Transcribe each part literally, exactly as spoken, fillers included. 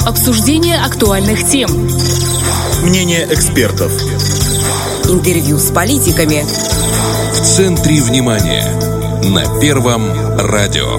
Обсуждение актуальных тем. Мнение экспертов. Интервью с политиками. В центре внимания. На Первом радио.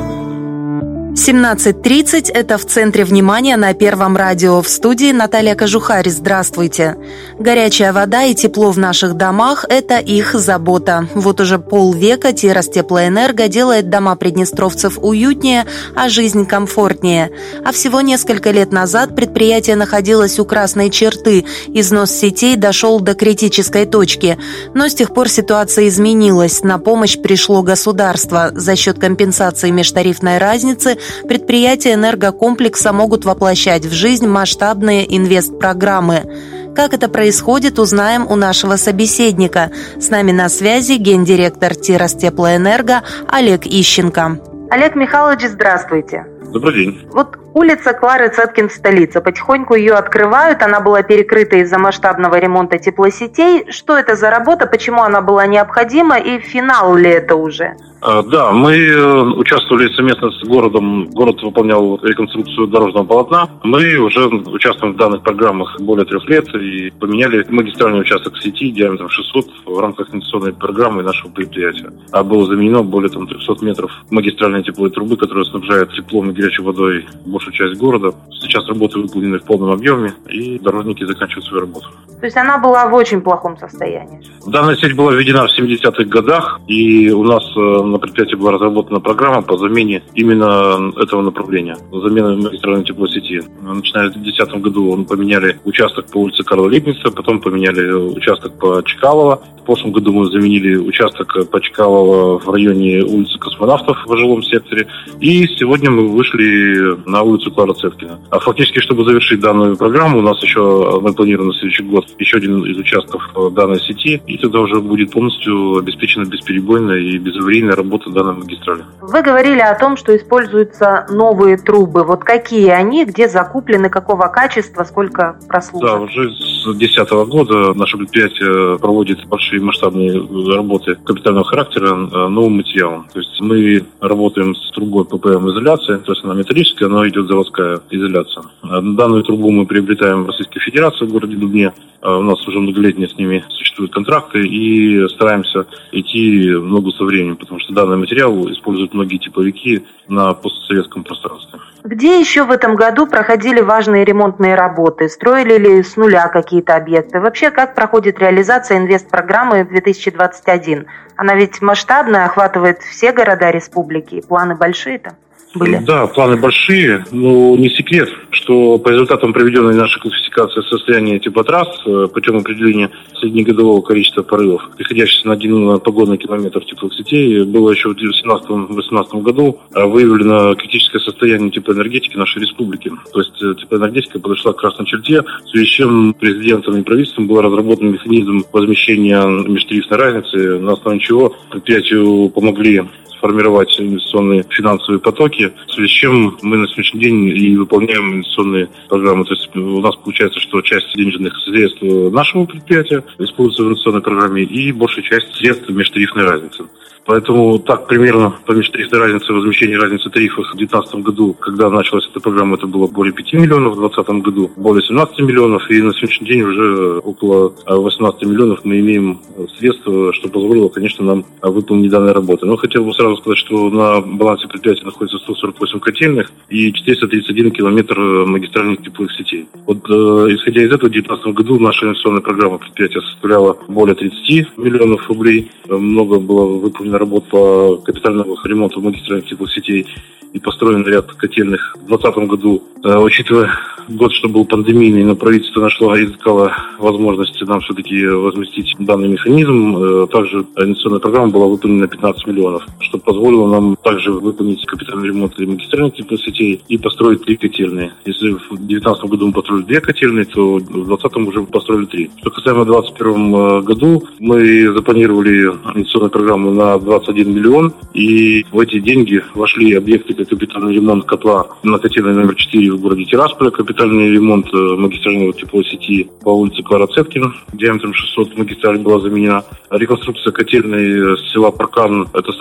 семнадцать тридцать. Это «В центре внимания» на Первом радио. В студии Наталья Кожухарь. Здравствуйте. Горячая вода и тепло в наших домах – это их забота. Вот уже полвека Тиростеплоэнерго делает дома приднестровцев уютнее, а жизнь комфортнее. А всего несколько лет назад предприятие находилось у красной черты. Износ сетей дошел до критической точки. Но с тех пор ситуация изменилась. На помощь пришло государство. За счет компенсации межтарифной разницы предприятия энергокомплекса могут воплощать в жизнь масштабные инвестпрограммы. Как это происходит, узнаем у нашего собеседника. С нами на связи гендиректор Тиростеплоэнерго Олег Ищенко. Олег Михайлович, здравствуйте. Добрый день. Вот улица Клары Цеткин в столице. Потихоньку ее открывают. Она была перекрыта из-за масштабного ремонта теплосетей. Что это за работа? Почему она была необходима? И финал ли это уже? А, да, мы участвовали совместно с городом. Город выполнял реконструкцию дорожного полотна. Мы уже участвуем в данных программах более трех лет и поменяли магистральный участок сети диаметром шестьсот в рамках инвестиционной программы нашего предприятия. А было заменено более там, трехсот метров магистральной тепловой трубы, которая снабжает теплом и горячей водой большую часть города. Сейчас работы выполнены в полном объеме, и дорожники заканчивают свою работу. То есть она была в очень плохом состоянии? Данная сеть была введена в семидесятых годах, и у нас на предприятии была разработана программа по замене именно этого направления, замена магистральной теплосети. Начиная в две тысячи десятом году мы поменяли участок по улице Карла Лейбница, потом поменяли участок по Чкалова. В прошлом году мы заменили участок по Чкалова в районе улицы Космонавтов в жилом секторе. И сегодня мы вышли на улицу Клара Цеткина. А фактически, чтобы завершить данную программу, у нас еще, мы планируем на следующий год еще один из участков данной сети, и тогда уже будет полностью обеспечена бесперебойная и безаварийная работа данной магистрали. Вы говорили о том, что используются новые трубы. Вот какие они, где закуплены, какого качества, сколько прослужат? Да, уже с две тысячи десятого года наше предприятие проводит большие масштабные работы капитального характера новым материалом. То есть мы работаем с трубой пэ пэ эм-изоляции, то есть она металлическая, но идет заводская изоляция. Данную трубу мы приобретаем в Российской Федерации в городе Дубне. У нас уже многолетние с ними существуют контракты, и стараемся идти в ногу со временем, потому что данный материал используют многие тепловики на постсоветском пространстве. Где еще в этом году проходили важные ремонтные работы? Строили ли с нуля какие-то объекты? Вообще, как проходит реализация инвестпрограммы две тысячи двадцать один? Она ведь масштабная, охватывает все города республики. Планы большие-то были? Да, планы большие, но не секрет, что по результатам проведенной нашей классификации состояния теплотрасс путем определения среднегодового количества порывов, приходящихся на один погодный километр тепловых сетей, было еще в две тысячи семнадцатом-восемнадцатом году выявлено критическое состояние теплоэнергетики нашей республики. То есть теплоэнергетика подошла к красной черте, в связи с чем президентом и правительством был разработан механизм возмещения межтарифной разницы, на основе чего предприятию помогли формировать инвестиционные финансовые потоки, в связи с чем мы на сегодняшний день и выполняем инвестиционные программы. То есть у нас получается, что часть денежных средств нашего предприятия используется в инвестиционной программе, и большая часть средств межтарифной разницы. Поэтому так примерно по межтарифной разнице, возмещение разницы тарифов в две тысячи девятнадцатом году, когда началась эта программа, это было более пяти миллионов, в две тысячи двадцатом году более семнадцати миллионов, и на сегодняшний день уже около восемнадцати миллионов мы имеем средств, что позволило, конечно, нам выполнить данные работы. Но хотел бы сразу сказать, что на балансе предприятия находится сто сорок восемь котельных и четыреста тридцать один километр магистральных тепловых сетей. Вот э, исходя из этого, в две тысячи девятнадцатом году наша инвестиционная программа предприятия составляла более тридцати миллионов рублей. Много было выполнено работ по капитальному ремонту магистральных тепловых сетей и построен ряд котельных. В двадцатом году, э, учитывая год, что был пандемийный, но правительство нашло и искало возможности нам все-таки возместить данный механизм. Э, также инвестиционная программа была выполнена на пятнадцать миллионов, что позволило нам также выполнить капитальный ремонт и магистральных тепловых сетей и построить три котельные. Если в две тысячи девятнадцатом году мы построили две котельные, то в две тысячи двадцатом уже построили три. Что касаемо две тысячи двадцать первом году, мы запланировали инвестиционную программу на двадцать один миллион, и в эти деньги вошли объекты как капитальный ремонт котла на котельной номер четыре в городе Тирасполе, капитальный ремонт магистральной тепловой сети по улице Клара Цеткина, диаметром шестьсот магистраль была заменена, реконструкция котельной с села Паркан, это старая котельная,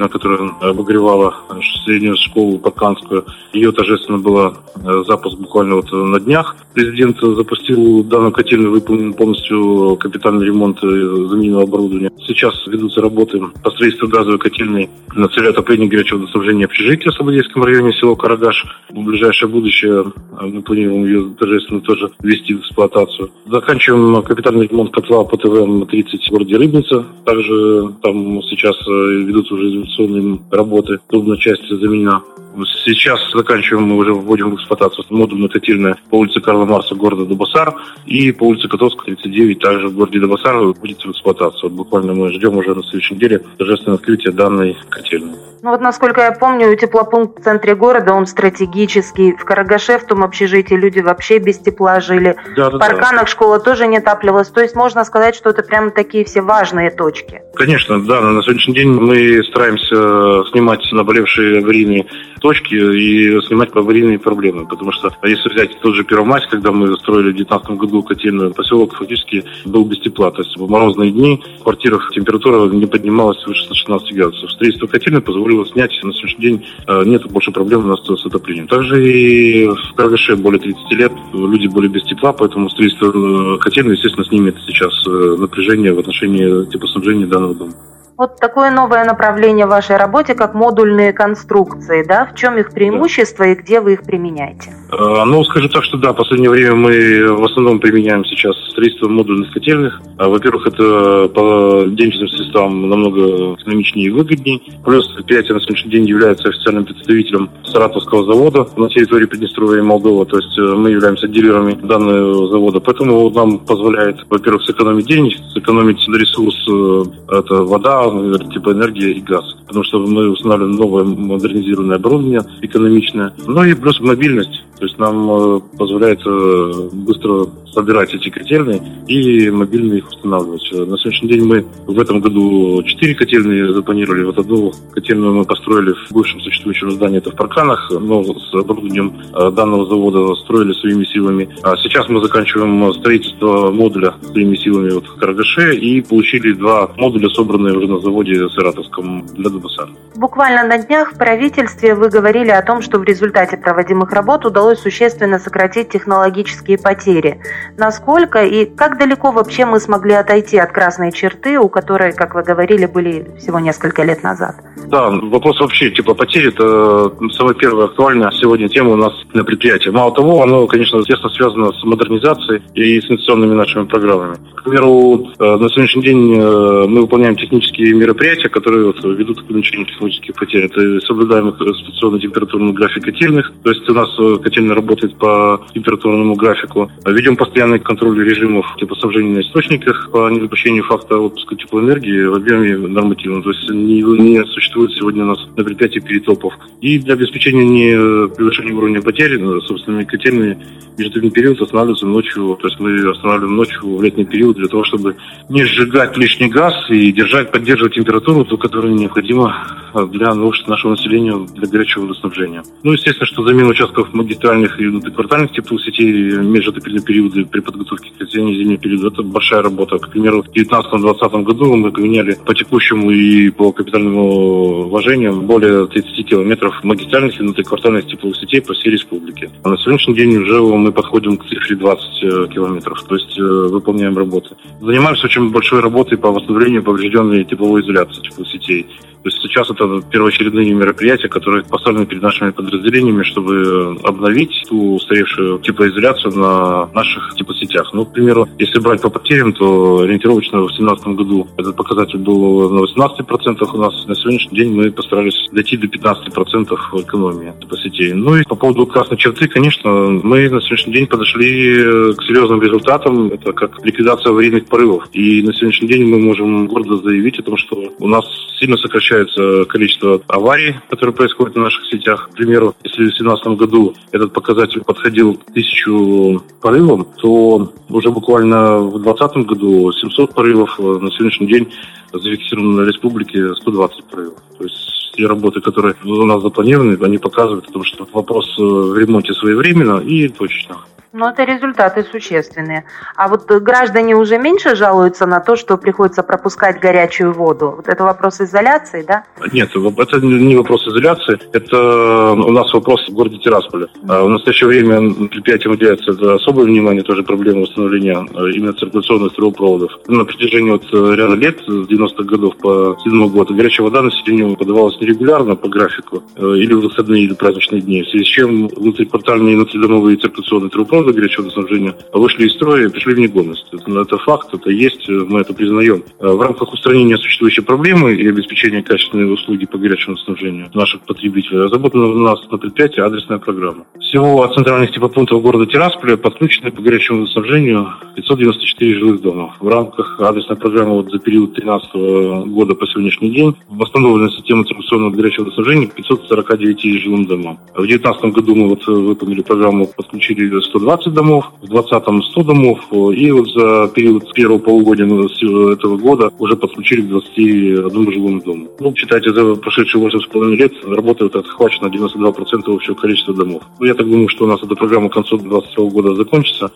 котельная, которая обогревала среднюю школу Парканскую. Ее торжественно был запуск буквально вот на днях. Президент запустил данную котельную, выполнен полностью капитальный ремонт замененного оборудования. Сейчас ведутся работы по строительству газовой котельной на целях отопления горячего водоснабжения общежития в Слободейском районе, село Карагаш. В ближайшее будущее мы планируем ее торжественно тоже ввести в эксплуатацию. Заканчиваем капитальный ремонт котла по тэ вэ эм тридцать в городе Рыбница. Также там сейчас ведутся уже изоляционные работы. Трубная часть заменена. Сейчас заканчиваем, мы уже вводим в эксплуатацию модульную котельную по улице Карла Маркса города Дубасар и по улице Котовская, тридцать девять, также в городе Дубасар будет в эксплуатацию. Буквально мы ждем уже на следующей неделе торжественное открытие данной котельной. Ну вот, насколько я помню, теплопункт в центре города, он стратегический. В Карагаше, в том общежитии, люди вообще без тепла жили. Да, да, в Парканах да. Школа тоже не отапливалась. То есть можно сказать, что это прямо такие все важные точки. Конечно, да. На сегодняшний день мы стараемся снимать наболевшие аварийные точки и снимать аварийные проблемы. Потому что, если взять тот же Первомайск, когда мы строили в две тысячи девятнадцатом году котельную, поселок фактически был без тепла. То есть в морозные дни в квартирах температура не поднималась выше шестнадцати градусов. Строительство котельной позволило снять. На сегодняшний день нет больше проблем у нас с отоплением. Также и в Карагаше более тридцати лет люди были без тепла, поэтому строительство котельной, естественно, снимет сейчас напряжение в отношении теплоснабжения данного дома. Вот такое новое направление в вашей работе, как модульные конструкции, да? В чем их преимущество и где вы их применяете? Ну, скажу так, что да, в последнее время мы в основном применяем сейчас строительство модульных котельных. Во-первых, это по денежным средствам намного экономичнее и выгоднее. Плюс предприятие на сегодняшний день является официальным представителем Саратовского завода на территории Приднестровья и Молдовы. То есть мы являемся дилерами данного завода. Поэтому нам позволяет, во-первых, сэкономить денег, сэкономить ресурс, это вода, типа энергия и газ. Потому что мы устанавливаем новое модернизированное оборудование, экономичное. Ну и плюс мобильность. То есть нам позволяет быстро собирать эти котельные и мобильно их устанавливать. На сегодняшний день мы в этом году четыре котельные запланировали. Вот одну котельную мы построили в бывшем существующем здании, это в Парканах, но с оборудованием данного завода строили своими силами. А сейчас мы заканчиваем строительство модуля своими силами вот в Карагаше и получили два модуля, собранные уже на заводе Саратовском для Дубасара. Буквально на днях в правительстве вы говорили о том, что в результате проводимых работ удалось существенно сократить технологические потери. Насколько и как далеко вообще мы смогли отойти от красной черты, у которой, как вы говорили, были всего несколько лет назад? Да, вопрос вообще типа потери – это самая первая актуальная сегодня тема у нас на предприятии. Мало того, оно, конечно, тесно связано с модернизацией и с инвестиционными нашими программами. К примеру, на сегодняшний день мы выполняем технические мероприятия, которые вот ведут к уменьшению технологических потерь. Это соблюдаем эксплуатационный температурный график котельных, то есть у нас котельная работает по температурному графику. Ведем постоянный контроль режимов теплоснабжения на источниках по недопущению факта отпуска теплоэнергии в объеме нормативном. То есть не, не существует сегодня у нас на предприятии перетопов. И для обеспечения не превышения уровня потерь, собственно, котельные в международный период останавливаются ночью. То есть мы останавливаем ночью в летний период для того, чтобы не сжигать лишний газ и держать, поддерживать температуру, ту, которая необходима для нужд нашего населения, для горячего водоснабжения. Ну, естественно, что замена участков магистральных и внутриквартальных тепловых сетей межотопительные периоды при подготовке к осенне-зимнему периоду — это большая работа. К примеру, в девятнадцатом-двадцатом году мы поменяли по текущему и по капитальному вложениям более тридцати километров магистральных и внутриквартальных тепловых сетей по всей республике. А на сегодняшний день уже мы подходим к цифре двадцать километров, то есть выполняем работы. Занимаемся очень большой работой по восстановлению поврежденной тепловой изоляции тепловых сетей. То есть сейчас это первоочередные мероприятия, которые поставлены перед нашими подразделениями, чтобы обновить ту устаревшую теплоизоляцию на наших теплосетях. Ну, к примеру, если брать по потерям, то ориентировочно в две тысячи семнадцатом году этот показатель был на восемнадцати процентах у нас. На сегодняшний день мы постарались дойти до пятнадцати процентов экономии теплосетей. Ну и по поводу красной черты, конечно, мы на сегодняшний день подошли к серьезным результатам. Это как ликвидация аварийных порывов. И на сегодняшний день мы можем гордо заявить о том, что у нас сильно сокращается количество аварий, которые происходят на наших сетях. К примеру, если в две тысячи семнадцатом году этот показатель подходил к тысячу порывам, то уже буквально в две тысячи двадцатом году семьсот порывов, на сегодняшний день зафиксировано на республике сто двадцать порывов. То есть те работы, которые у нас запланированы, они показывают, потому что вопрос в ремонте своевременно и точечно. Ну, это результаты существенные. А вот граждане уже меньше жалуются на то, что приходится пропускать горячую воду? Вот это вопрос изоляции, да? Нет, это не вопрос изоляции. Это у нас вопрос в городе Тирасполе. В настоящее время предприятием уделяется особое внимание, тоже проблема восстановления именно циркуляционных трубопроводов. На протяжении вот ряда лет, с девяностых годов по седьмой год, горячая вода населению подавалась нерегулярно по графику, или в выходные, или праздничные дни, в связи с чем внутриквартальные и внутридомовые циркуляционные трубопроводы горячего водоснабжения вышли из строя и пришли в негодность. Это, это факт, это есть, мы это признаем. В рамках устранения существующей проблемы и обеспечения качественной услуги по горячему снабжению наших потребителей разработана у нас на предприятии адресная программа. Всего от центральных теплопунктов города Тирасполя подключены по горячему водоснабжению пятьсот девяносто четыре жилых дома. В рамках адресной программы вот за период две тысячи тринадцатого года по сегодняшний день восстановлена система циркуляционного горячего водоснабжения к пятьсот сорока девяти жилым домам. В две тысячи девятнадцатом году мы вот выполнили программу, подключили сто двадцать домов, в двадцатом сто домов, и вот за период с первого полугодия этого года уже подключили к двадцати одному жилому дому. Ну, считайте, за прошедшие восемь с половиной лет работает отхвачено девяносто два процента общего количества домов. Ну, я так думаю, что у нас эта программа к концу двадцать второго года закончится,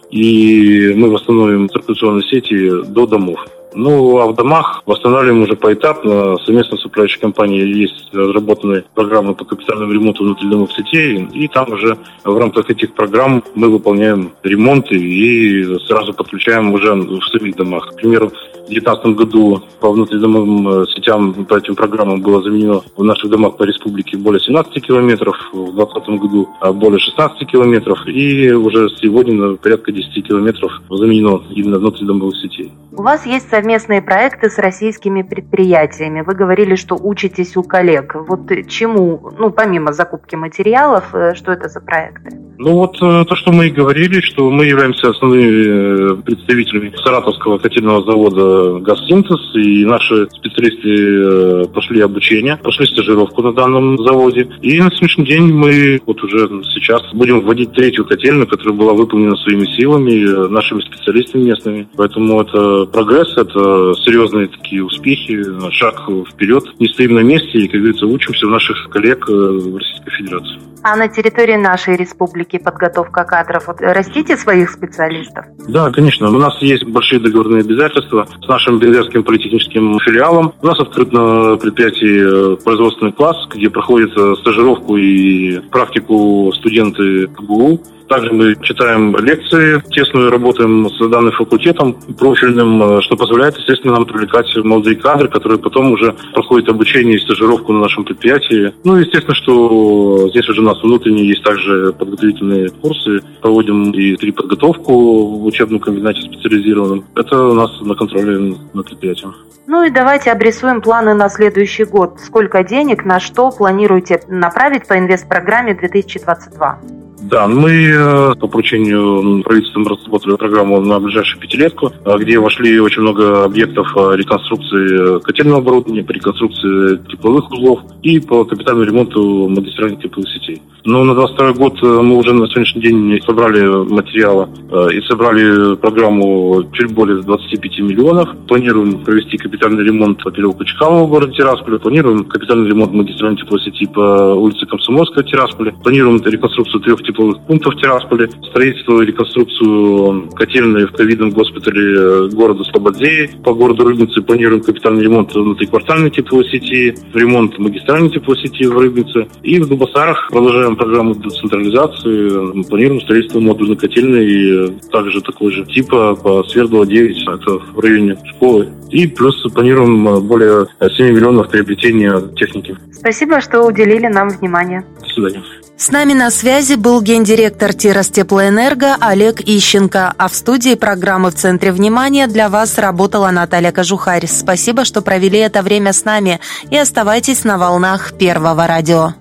и мы восстановим циркуляционные сети до домов. Ну, а в домах восстанавливаем уже поэтапно. Совместно с управляющей компанией есть разработанные программы по капитальному ремонту внутридомовых сетей. И там уже в рамках этих программ мы выполняем ремонты и сразу подключаем уже в самих домах. К примеру, в две тысячи девятнадцатом году по внутридомовым сетям по этим программам было заменено в наших домах по республике более семнадцати километров, в двадцатом году более шестнадцати километров, и уже сегодня порядка десяти километров заменено именно внутридомовых сетей. У вас есть совместные проекты с российскими предприятиями. Вы говорили, что учитесь у коллег. Вот чему, ну, помимо закупки материалов, что это за проекты? Ну вот то, что мы и говорили, что мы являемся основными представителями Саратовского котельного завода «Газсинтез», и наши специалисты прошли обучение, прошли стажировку на данном заводе. И на сегодняшний день мы вот уже сейчас будем вводить третью котельную, которая была выполнена своими силами, нашими специалистами местными. Поэтому это прогресс, это серьезные такие успехи, шаг вперед. Не стоим на месте и, как говорится, учимся у наших коллег в Российской Федерации. А на территории нашей республики подготовка кадров, вот, растите своих специалистов? Да, конечно. У нас есть большие договорные обязательства с нашим Бендерским политехническим филиалом. У нас открыт на предприятии производственный класс, где проходит стажировку и практику студенты КГУ. Также мы читаем лекции, тесно работаем с данным факультетом профильным, что позволяет, естественно, нам привлекать молодые кадры, которые потом уже проходят обучение и стажировку на нашем предприятии. Ну, естественно, что здесь уже у нас внутренние есть также подготовительные курсы. Проводим и переподготовку в учебном комбинате специализированном. Это у нас на контроле над предприятием. Ну и давайте обрисуем планы на следующий год. Сколько денег, на что планируете направить по инвестпрограмме две тысячи двадцать два? Да, мы по поручению правительства разработали программу на ближайшую пятилетку, где вошли очень много объектов реконструкции котельного оборудования, по реконструкции тепловых узлов и по капитальному ремонту магистральных тепловых сетей. Но на двадцать второй год мы уже на сегодняшний день собрали материалы и собрали программу чуть более двадцати пяти миллионов. Планируем провести капитальный ремонт по переулку Чкалова в городе Тирасполе, планируем капитальный ремонт магистральной тепловой сети по улице Комсомольская в Тирасполе, планируем реконструкцию трех тепловых пунктов в Тирасполе, строительство и реконструкцию котельной в ковидном госпитале города Слободзеи. По городу Рыбницы планируем капитальный ремонт внутриквартальной тепловой сети, ремонт магистральной тепловой сети в Рыбнице. И в Дубасарах продолжаем программу децентрализации. Мы планируем строительство модульной котельной, также такой же типа по Свердлова девять, это в районе школы. И плюс планируем более семи миллионов приобретения техники. Спасибо, что уделили нам внимание. До свидания. С нами на связи был гендиректор Тирастеплоэнерго Олег Ищенко, а в студии программы «В центре внимания» для вас работала Наталья Кожухарь. Спасибо, что провели это время с нами, и оставайтесь на волнах Первого радио.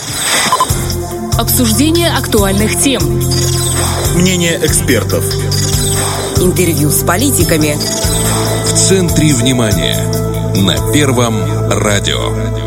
Обсуждение актуальных тем. Мнение экспертов. Интервью с политиками. В центре внимания на Первом радио.